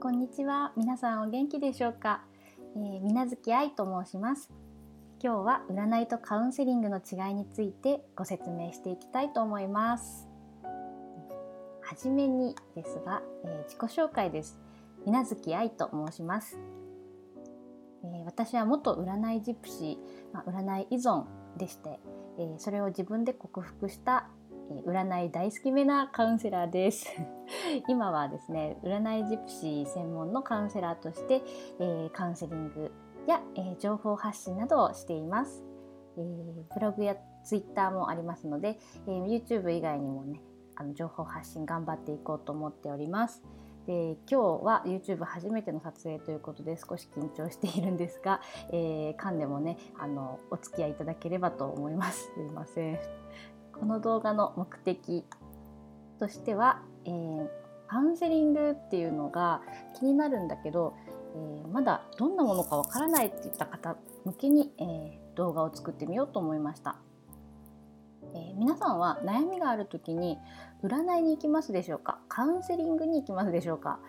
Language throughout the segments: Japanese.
こんにちは。皆さんお元気でしょうか。みなずきあいと申します。今日は占いとカウンセリングの違いについてご説明していきたいと思います。はじめにですが、自己紹介です。みなずきあいと申します。私は元占いジプシー、占い依存でして、それを自分で克服した占い大好きめなカウンセラーです今はですね、占いジプシー専門のカウンセラーとして、カウンセリングや、情報発信などをしています。ブログやツイッターもありますので、YouTube 以外にもね、情報発信頑張っていこうと思っております。で、今日は YouTube 初めての撮影ということで少し緊張しているんですが、噛んでもね、お付き合いいただければと思います。すいません。この動画の目的としては、カウンセリングっていうのが気になるんだけど、まだどんなものかわからないっていった方向けに、動画を作ってみようと思いました。皆さんは悩みがある時に占いに行きますでしょうか？カウンセリングに行きますでしょうか？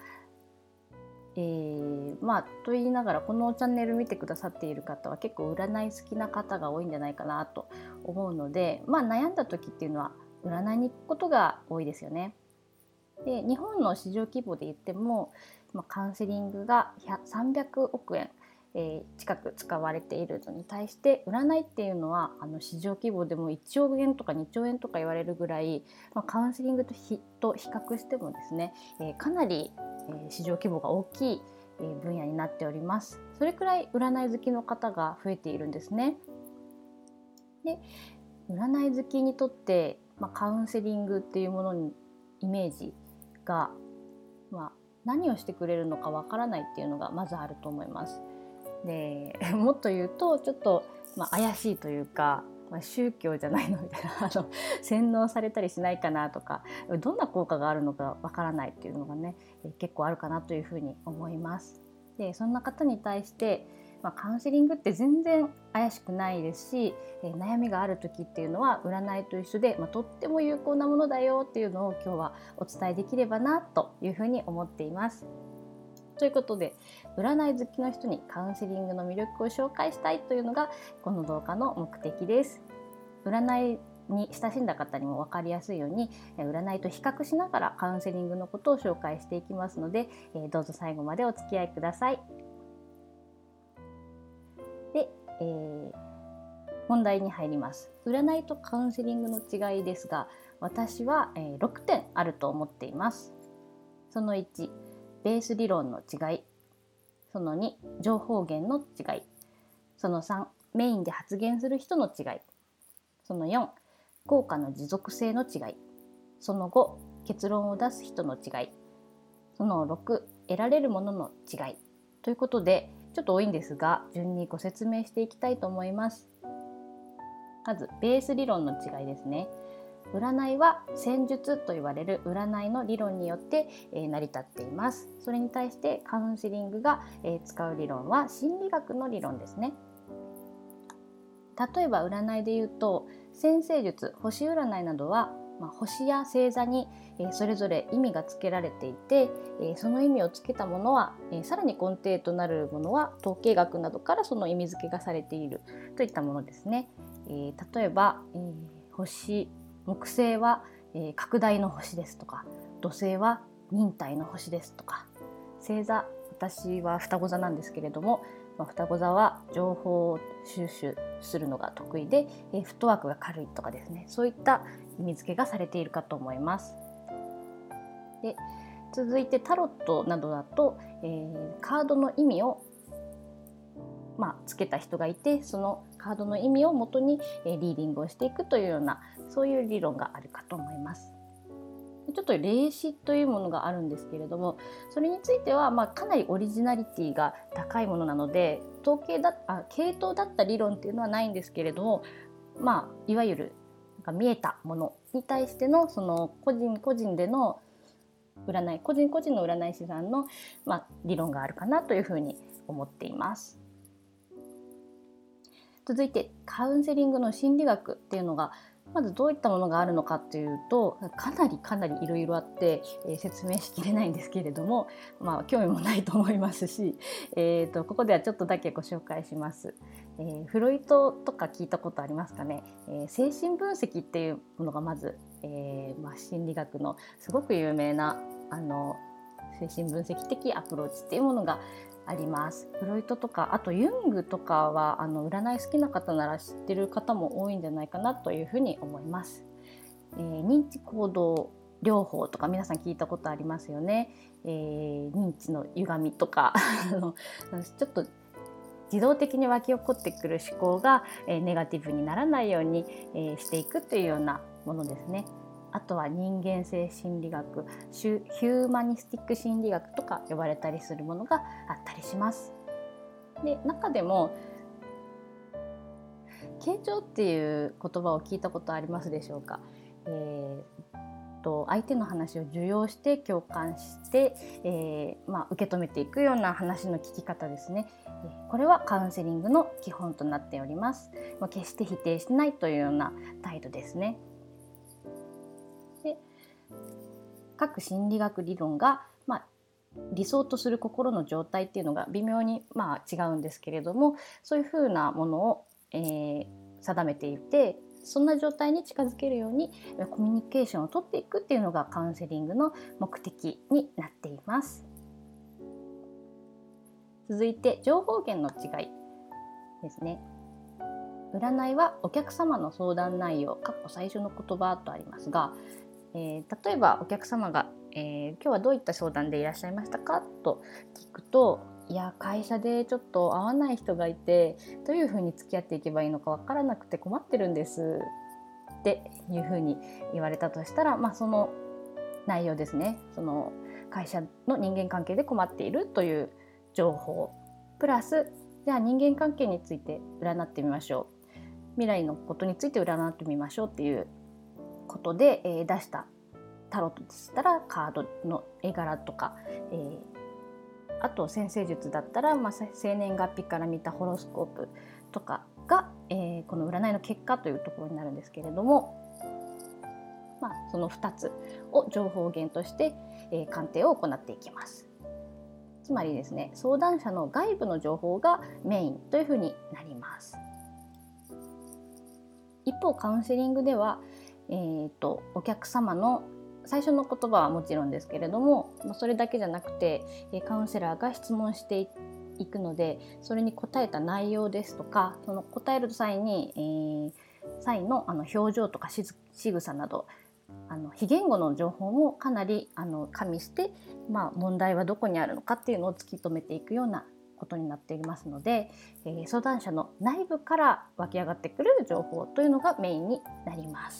と言いながらこのチャンネル見てくださっている方は結構占い好きな方が多いんじゃないかなと思うので、悩んだ時っていうのは占いに行くことが多いですよね。で、日本の市場規模で言っても、カウンセリングが300億円、近く使われているのに対して占いっていうのは市場規模でも1億円とか2兆円とか言われるぐらい、カウンセリングと比較してもですね、かなり市場規模が大きい分野になっております。それくらい占い好きの方が増えているんですね。で、占い好きにとって、カウンセリングっていうものにイメージが、何をしてくれるのかわからないっていうのがまずあると思います。で、もっと言うとちょっと、怪しいというか、宗教じゃないのみたいな洗脳されたりしないかなとか、どんな効果があるのかわからないっていうのがね、結構あるかなというふうに思います。で、そんな方に対してカウンセリングって全然怪しくないですし、悩みがある時っていうのは占いと一緒で、とっても有効なものだよっていうのを今日はお伝えできればなというふうに思っています。ということで、占い好きの人にカウンセリングの魅力を紹介したいというのがこの動画の目的です。占いに親しんだ方にも分かりやすいように占いと比較しながらカウンセリングのことを紹介していきますので、どうぞ最後までお付き合いください。で、本題に入ります。占いとカウンセリングの違いですが、私は6点あると思っています。その1、ベース理論の違い。その2、情報源の違い。その3、メインで発言する人の違い。その4、効果の持続性の違い。その5、結論を出す人の違い。その6、得られるものの違い。ということで、ちょっと多いんですが、順にご説明していきたいと思います。まず、ベース理論の違いですね。占いは戦術と言われる占いの理論によって成り立っています。それに対してカウンセリングが使う理論は心理学の理論ですね。例えば占いで言うと、占星術、星占いなどは星や星座にそれぞれ意味がつけられていて、その意味をつけたものはさらに根底となるものは統計学などからその意味付けがされているといったものですね。例えば木星は拡大の星ですとか、土星は忍耐の星ですとか、星座、私は双子座なんですけれども、双子座は情報を収集するのが得意で、フットワークが軽いとかですね、そういった意味付けがされているかと思います。で、続いてタロットなどだと、カードの意味をつけた人がいて、そのカードの意味をもとにリーディングをしていくというような、そういう理論があるかと思います。ちょっと霊視というものがあるんですけれども、それについてはかなりオリジナリティが高いものなので、系統だった理論っていうのはないんですけれども、いわゆる見えたものに対してのその個人個人での占い、個人個人の占い師さんの理論があるかなというふうに思っています。続いてカウンセリングの心理学っていうのがまずどういったものがあるのかというと、かなりいろいろあって、説明しきれないんですけれども、興味もないと思いますし、ここではちょっとだけご紹介します。フロイトとか聞いたことありますかね。精神分析っていうものがまず、心理学のすごく有名な精神分析的アプローチっていうものがあります。フロイトとか、あとユングとかは占い好きな方なら知ってる方も多いんじゃないかなというふうに思います。認知行動療法とか皆さん聞いたことありますよね。認知の歪みとかちょっと自動的に湧き起こってくる思考が、ネガティブにならないように、していくというようなものですね。あとは人間性心理学、ヒューマニスティック心理学とか呼ばれたりするものがあったりします。で、中でも傾聴っていう言葉を聞いたことありますでしょうか。相手の話を受容して共感して、受け止めていくような話の聞き方ですね。これはカウンセリングの基本となっております。決して否定しないというような態度ですね。で、各心理学理論が、理想とする心の状態っていうのが微妙に違うんですけれども、そういうふうなものを、定めていて、そんな状態に近づけるようにコミュニケーションを取っていくっていうのがカウンセリングの目的になっています。続いて情報源の違いですね。占いはお客様の相談内容最初の言葉とありますが、例えばお客様が、今日はどういった相談でいらっしゃいましたかと聞くと、いや会社でちょっと合わない人がいて、どういうふうに付き合っていけばいいのか分からなくて困ってるんですっていうふうに言われたとしたら、その内容ですね。その会社の人間関係で困っているという情報プラス、じゃあ人間関係について占ってみましょう、未来のことについて占ってみましょうっていうことで、出したタロットでしたらカードの絵柄とか、あと占星術だったら、生年月日から見たホロスコープとかが、この占いの結果というところになるんですけれども、その2つを情報源として、鑑定を行っていきます。つまりですね、相談者の外部の情報がメインというふうになります。一方カウンセリングでは、お客様の最初の言葉はもちろんですけれども、それだけじゃなくてカウンセラーが質問していくので、それに答えた内容ですとか、その答える際に、の表情とか仕草など非言語の情報もかなり加味して、問題はどこにあるのかっていうのを突き止めていくようなことになっていますので、相談者の内部から湧き上がってくる情報というのがメインになります。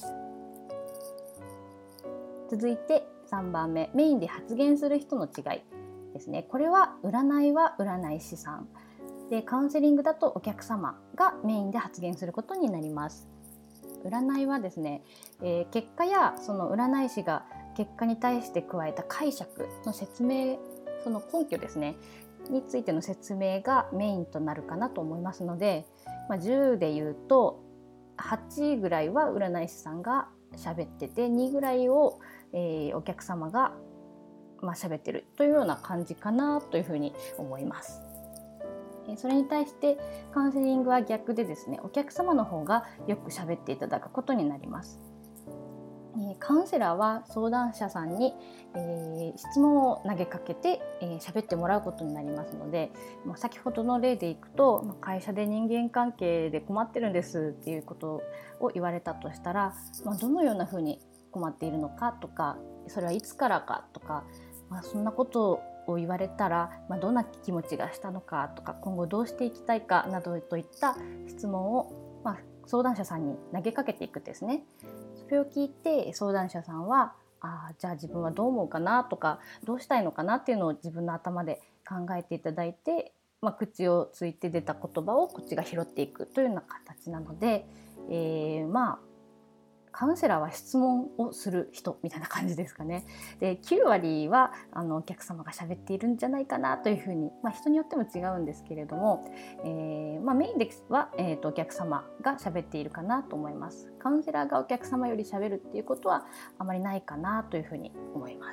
続いて3番目、メインで発言する人の違いですね。これは占いは占い師さんで、カウンセリングだとお客様がメインで発言することになります。占いはですね、結果やその占い師が結果に対して加えた解釈の説明、その根拠ですねについての説明がメインとなるかなと思いますので、10で言うと8ぐらいは占い師さんが喋ってて、2ぐらいを、お客様が喋ってるというような感じかなというふうに思います。それに対してカウンセリングは逆でですね、お客様の方がよく喋っていただくことになります。カウンセラーは相談者さんに、質問を投げかけて喋ってもらうことになりますので、先ほどの例でいくと、会社で人間関係で困ってるんですっていうことを言われたとしたら、どのようなふうに困っているのかとか、それはいつからかとか、そんなことを言われたら、どんな気持ちがしたのかとか、今後どうしていきたいかなどといった質問を、相談者さんに投げかけていくんですね。それを聞いて相談者さんは、じゃあ自分はどう思うかなとか、どうしたいのかなっていうのを自分の頭で考えていただいて、口をついて出た言葉をこっちが拾っていくというような形なので、 カウンセラーは質問をする人みたいな感じですかね。で9割はお客様が喋っているんじゃないかなというふうに、人によっても違うんですけれども、メインでは、お客様が喋っているかなと思います。カウンセラーがお客様より喋るっていうことはあまりないかなというふうに思います。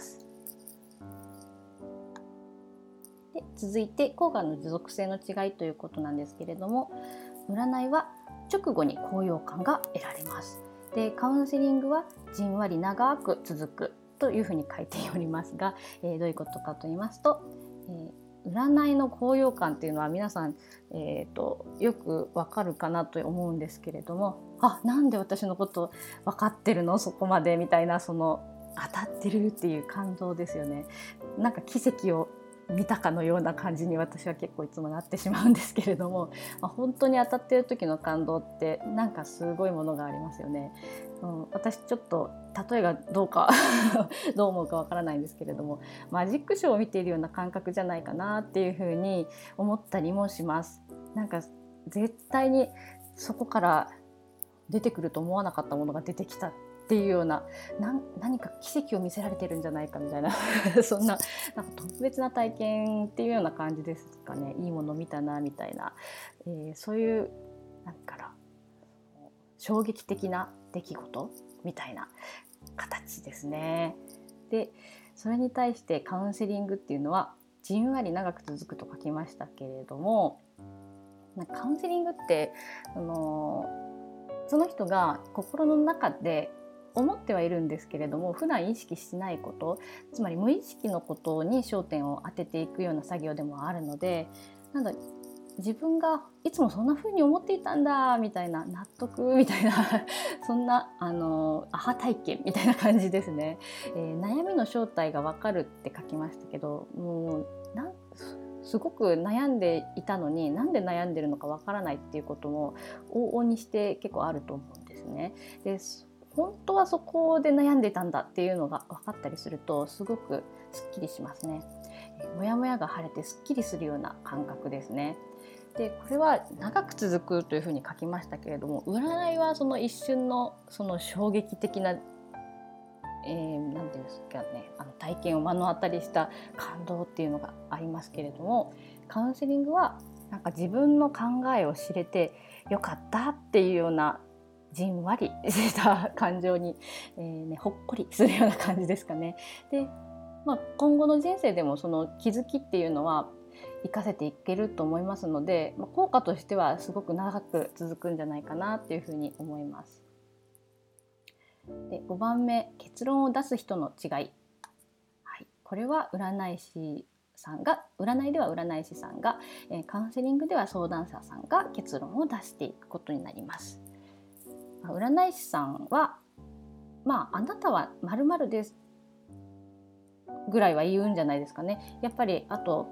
で続いて効果の持続性の違いということなんですけれども、占いは直後に高揚感が得られます。でカウンセリングはじんわり長く続くというふうに書いておりますが、どういうことかと言いますと、占いの高揚感っていうのは皆さん、よくわかるかなと思うんですけれども、なんで私のこと分かってるのそこまでみたいな、その当たってるっていう感動ですよね。なんか奇跡を見たかのような感じに私は結構いつもなってしまうんですけれども、本当に当たってる時の感動ってなんかすごいものがありますよね。私ちょっと例えがどうかどう思うかわからないんですけれども、マジックショーを見ているような感覚じゃないかなっていうふうに思ったりもします。なんか絶対にそこから出てくると思わなかったものが出てきたっていうような、何か奇跡を見せられてるんじゃないかみたいなそんな、なんか特別な体験っていうような感じですかね。いいもの見たなみたいな、そういうなんか衝撃的な出来事みたいな形ですね。でそれに対してカウンセリングっていうのはじんわり長く続くと書きましたけれども、カウンセリングってその人が心の中で思ってはいるんですけれども普段意識しないこと、つまり無意識のことに焦点を当てていくような作業でもあるので、自分がいつもそんな風に思っていたんだみたいな、納得みたいなそんなアハ体験みたいな感じですね。悩みの正体がわかるって書きましたけど、もうすごく悩んでいたのになんで悩んでるのかわからないっていうことも往々にして結構あると思うんですね。で本当はそこで悩んでいたんだっていうのが分かったりするとすごくすっきりしますね。もやもやが晴れてすっきりするような感覚ですね。でこれは長く続くというふうに書きましたけれども、占いはその一瞬のその衝撃的な、なんていうんですかね、体験を目の当たりした感動っていうのがありますけれども、カウンセリングはなんか自分の考えを知れてよかったっていうようなじんわりした感情に、ほっこりするような感じですかね。で、今後の人生でもその気づきっていうのは活かせていけると思いますので、効果としてはすごく長く続くんじゃないかなっていうふうに思います。で5番目、結論を出す人の違い。これは占いでは占い師さんが、カウンセリングでは相談者さんが結論を出していくことになります。占い師さんは、あなたは〇〇ですぐらいは言うんじゃないですかね。やっぱりあと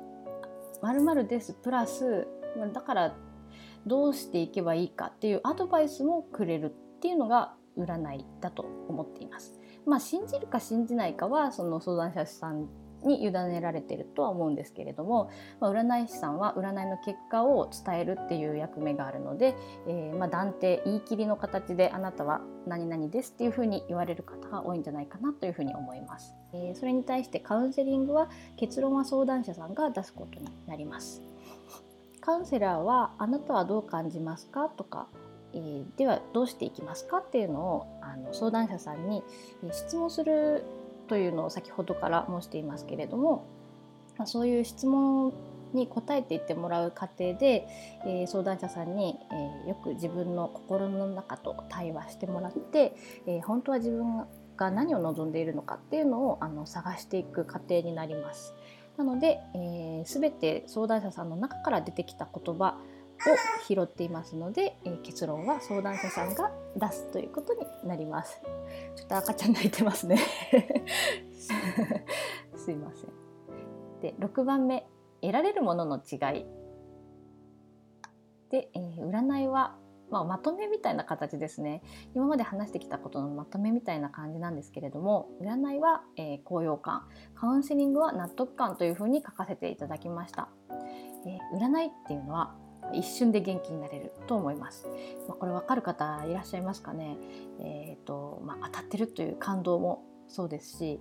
〇〇ですプラス、だからどうしていけばいいかっていうアドバイスもくれるっていうのが占いだと思っています。信じるか信じないかはその相談者さんに委ねられているとは思うんですけれども、占い師さんは占いの結果を伝えるっていう役目があるので、断定言い切りの形であなたは何々ですっていうふうに言われる方が多いんじゃないかなというふうに思います。それに対してカウンセリングは結論は相談者さんが出すことになります。カウンセラーはあなたはどう感じますかとか、ではどうしていきますかっていうのを相談者さんに質問するというのを先ほどから申していますけれども、そういう質問に答えていってもらう過程で、相談者さんに、よく自分の心の中と対話してもらって、本当は自分が何を望んでいるのかっていうのを探していく過程になります。なので、全て相談者さんの中から出てきた言葉を拾っていますので、結論は相談者さんが出すということになります。ちょっと赤ちゃん泣いてますねすいません。で6番目、得られるものの違いで、占いは、まとめみたいな形ですね。今まで話してきたことのまとめみたいな感じなんですけれども、占いは、高揚感、カウンセリングは納得感というふうに書かせていただきました。占いっていうのは一瞬で元気になれると思います。これ分かる方いらっしゃいますかね。当たってるという感動もそうですし、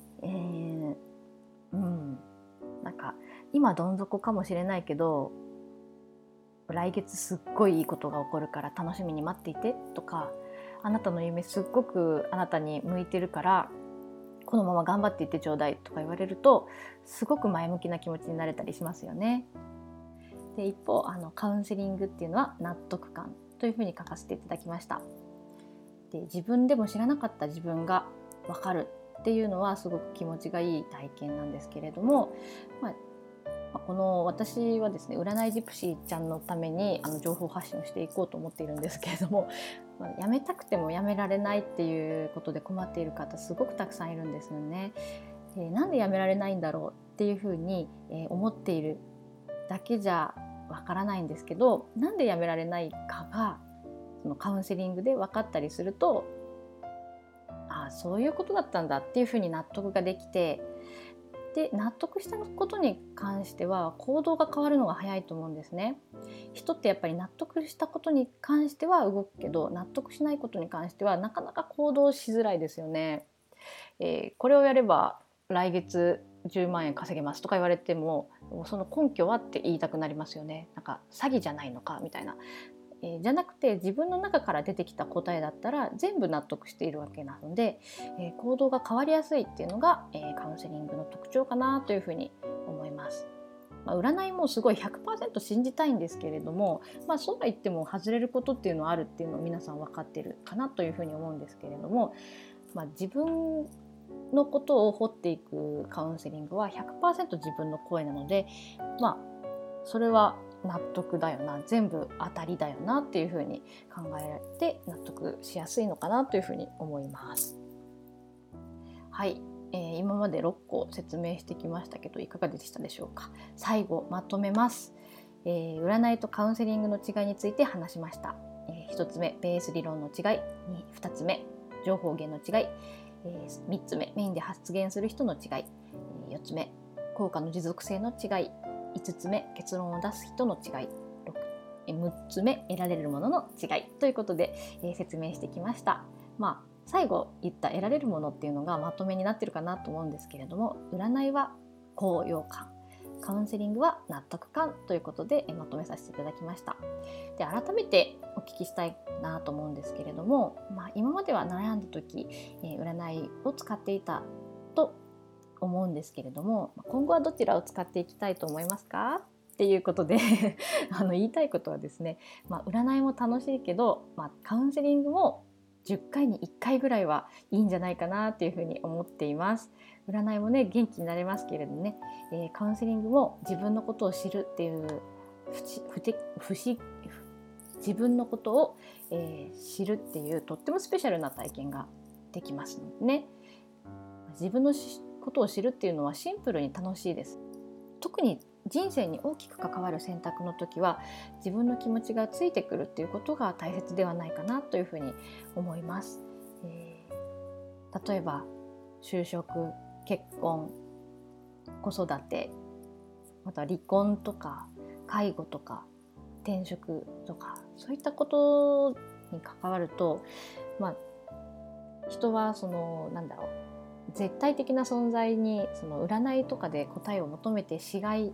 なんか今どん底かもしれないけど、来月すっごいいいことが起こるから楽しみに待っていてとか、あなたの夢すっごくあなたに向いてるからこのまま頑張っていってちょうだいとか言われると、すごく前向きな気持ちになれたりしますよね。で一方カウンセリングっていうのは納得感というふうに書かせていただきました。で自分でも知らなかった自分が分かるっていうのはすごく気持ちがいい体験なんですけれども、この私はですね、占いジプシーちゃんのために情報発信をしていこうと思っているんですけれども、やめたくてもやめられないっていうことで困っている方すごくたくさんいるんですよね。なんでやめられないんだろうっていうふうに思っているだけじゃわからないんですけど、なんでやめられないかがそのカウンセリングで分かったりすると、そういうことだったんだっていうふうに納得ができて、で納得したことに関しては行動が変わるのが早いと思うんですね。人ってやっぱり納得したことに関しては動くけど、納得しないことに関してはなかなか行動しづらいですよね。これをやれば来月10万円稼げますとか言われても、その根拠はって言いたくなりますよね。なんか詐欺じゃないのかみたいな。じゃなくて自分の中から出てきた答えだったら全部納得しているわけなので、行動が変わりやすいっていうのが、カウンセリングの特徴かなというふうに思います。占いもすごい 100% 信じたいんですけれども、そうは言っても外れることっていうのはあるっていうのを皆さん分かってるかなというふうに思うんですけれども、自分のことを掘っていくカウンセリングは 100% 自分の声なので、それは納得だよな、全部当たりだよなっていうふうに考えられて納得しやすいのかなというふうに思います。はい、今まで6個説明してきましたけどいかがでしたでしょうか。最後まとめます。占いとカウンセリングの違いについて話しました。1つ目ベース理論の違い、2つ目情報源の違い、3つ目メインで発言する人の違い、4つ目効果の持続性の違い、5つ目結論を出す人の違い、6つ目得られるものの違いということで、説明してきました。最後言った得られるものっていうのがまとめになってるかなと思うんですけれども、占いは高揚感、カウンセリングは納得感ということでまとめさせていただきました。で改めてお聞きしたいなと思うんですけれども、今までは悩んだ時、占いを使っていたと思うんですけれども、今後はどちらを使っていきたいと思いますかっていうことで言いたいことはですね、占いも楽しいけど、カウンセリングも10回に1回ぐらいはいいんじゃないかなっていうふうに思っています。占いもね元気になれますけれどね、カウンセリングも自分のことを知るっていう自分のことを、知るっていうとってもスペシャルな体験ができますのでね。自分のことを知るっていうのはシンプルに楽しいです。特に人生に大きく関わる選択の時は自分の気持ちがついてくるっていうことが大切ではないかなというふうに思います。例えば就職、結婚、子育て、また離婚とか介護とか転職とかそういったことに関わると、人は絶対的な存在にその占いとかで答えを求めてしまい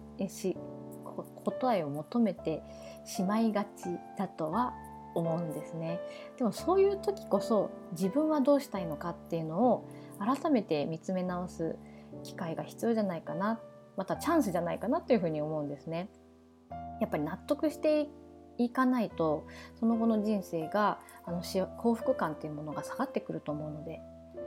がちだとは思うんですね。でもそういう時こそ自分はどうしたいのかっていうのを改めて見つめ直す機会が必要じゃないかな、またチャンスじゃないかなというふうに思うんですね。やっぱり納得していかないとその後の人生が幸福感っていうものが下がってくると思うので、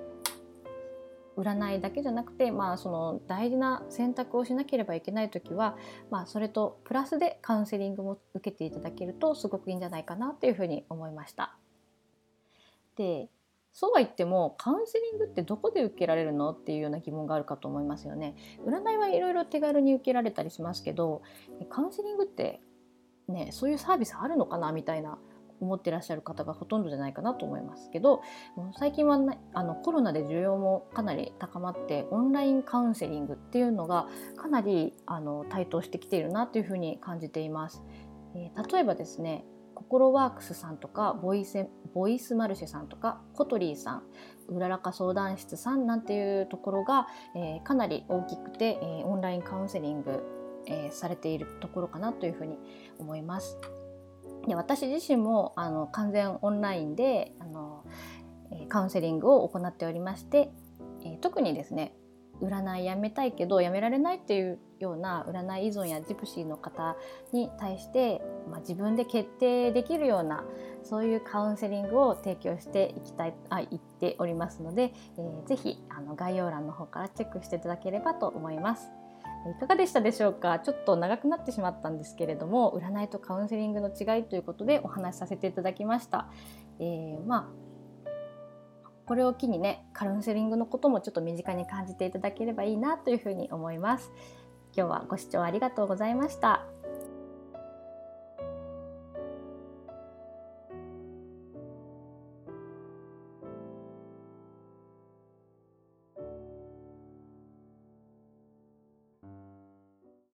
占いだけじゃなくて、その大事な選択をしなければいけない時は、それとプラスでカウンセリングも受けていただけるとすごくいいんじゃないかなというふうに思いました。で、そうは言ってもカウンセリングってどこで受けられるのっていうような疑問があるかと思いますよね。占いはいろいろ手軽に受けられたりしますけど、カウンセリングってね、そういうサービスあるのかなみたいな思ってらっしゃる方がほとんどじゃないかなと思いますけど、最近は、コロナで需要もかなり高まってオンラインカウンセリングっていうのがかなり台頭してきているなというふうに感じています。 例えばですね、心ワークスさんとかボイスマルシェさんとかコトリーさん、うららか相談室さんなんていうところが、かなり大きくて、オンラインカウンセリング、されているところかなというふうに思います。で、私自身も完全オンラインでカウンセリングを行っておりまして、特にですね、占いやめたいけどやめられないっていうような占い依存やジプシーの方に対して、自分で決定できるようなそういうカウンセリングを提供していっておりますので、ぜひ概要欄の方からチェックしていただければと思います。いかがでしたでしょうか。ちょっと長くなってしまったんですけれども、占いとカウンセリングの違いということでお話しさせていただきました。これを機にね、カウンセリングのこともちょっと身近に感じていただければいいなというふうに思います。今日はご視聴ありがとうございました。